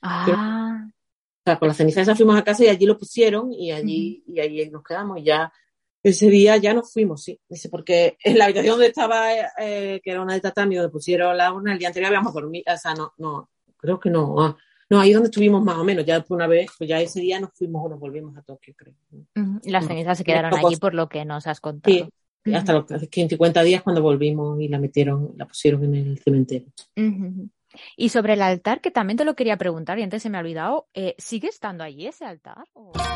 Ah. O sea, con las cenizas esas fuimos a casa y allí lo pusieron y allí nos quedamos y ya. Ese día ya nos fuimos, sí. Dice, porque en la habitación donde estaba, que era una de tatami, donde pusieron la urna, el día anterior habíamos dormido, o sea, no, creo que no. No, ahí donde estuvimos más o menos, ya después una vez, pues ya ese día nos fuimos o nos volvimos a Tokio, creo. Las cenizas se quedaron allí por lo que nos has contado. Sí, hasta los 50 días cuando volvimos y la pusieron en el cementerio. Y sobre el altar, que también te lo quería preguntar y antes se me ha olvidado, ¿sigue estando allí ese altar?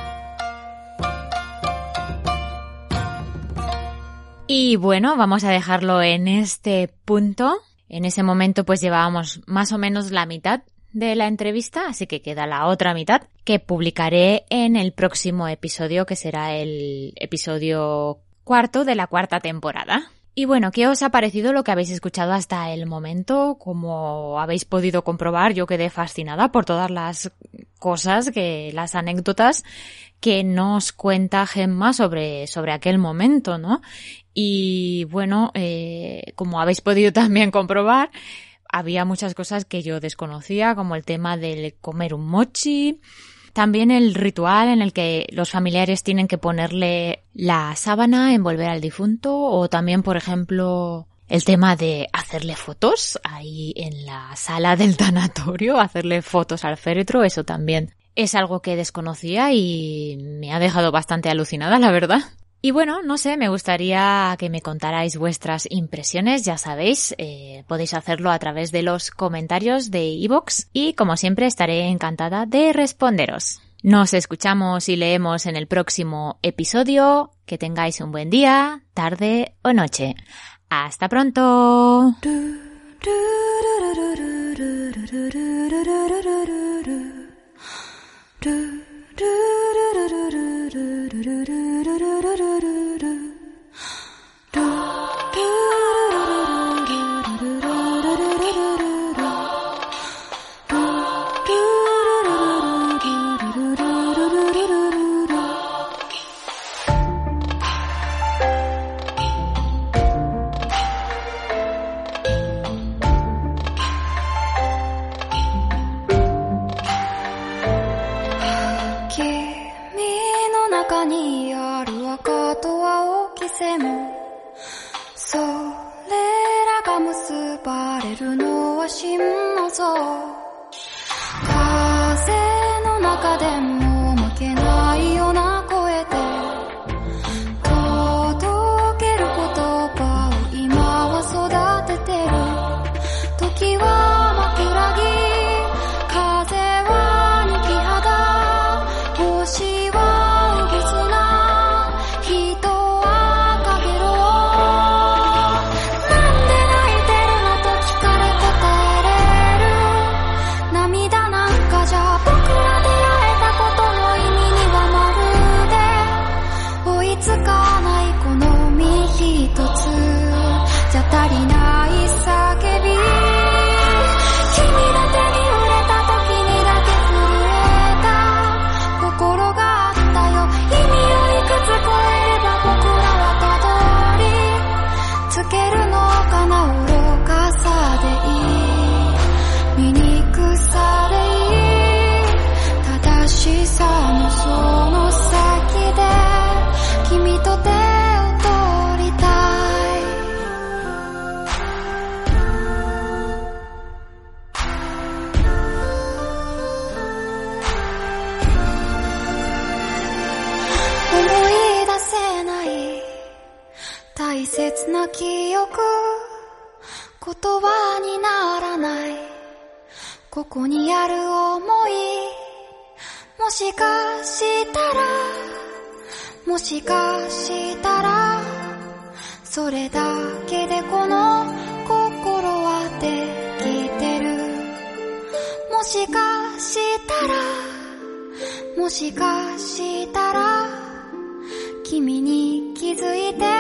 Y bueno, vamos a dejarlo en este punto. En ese momento pues llevábamos más o menos la mitad de la entrevista, así que queda la otra mitad que publicaré en el próximo episodio, que será el episodio 4 de la 4ª temporada. Y bueno, ¿qué os ha parecido lo que habéis escuchado hasta el momento? Como habéis podido comprobar, yo quedé fascinada por todas las cosas, las anécdotas que nos cuenta Gemma sobre aquel momento, ¿no? Y bueno, como habéis podido también comprobar, había muchas cosas que yo desconocía, como el tema del comer un mochi, también el ritual en el que los familiares tienen que ponerle la sábana, envolver al difunto, o también, por ejemplo, el tema de hacerle fotos ahí en la sala del tanatorio, hacerle fotos al féretro, eso también es algo que desconocía y me ha dejado bastante alucinada, la verdad. Y bueno, no sé, me gustaría que me contarais vuestras impresiones, ya sabéis, podéis hacerlo a través de los comentarios de iVoox y como siempre estaré encantada de responderos. Nos escuchamos y leemos en el próximo episodio. Que tengáis un buen día, tarde o noche. ¡Hasta pronto! Moshikashitara, kimi ni kizuite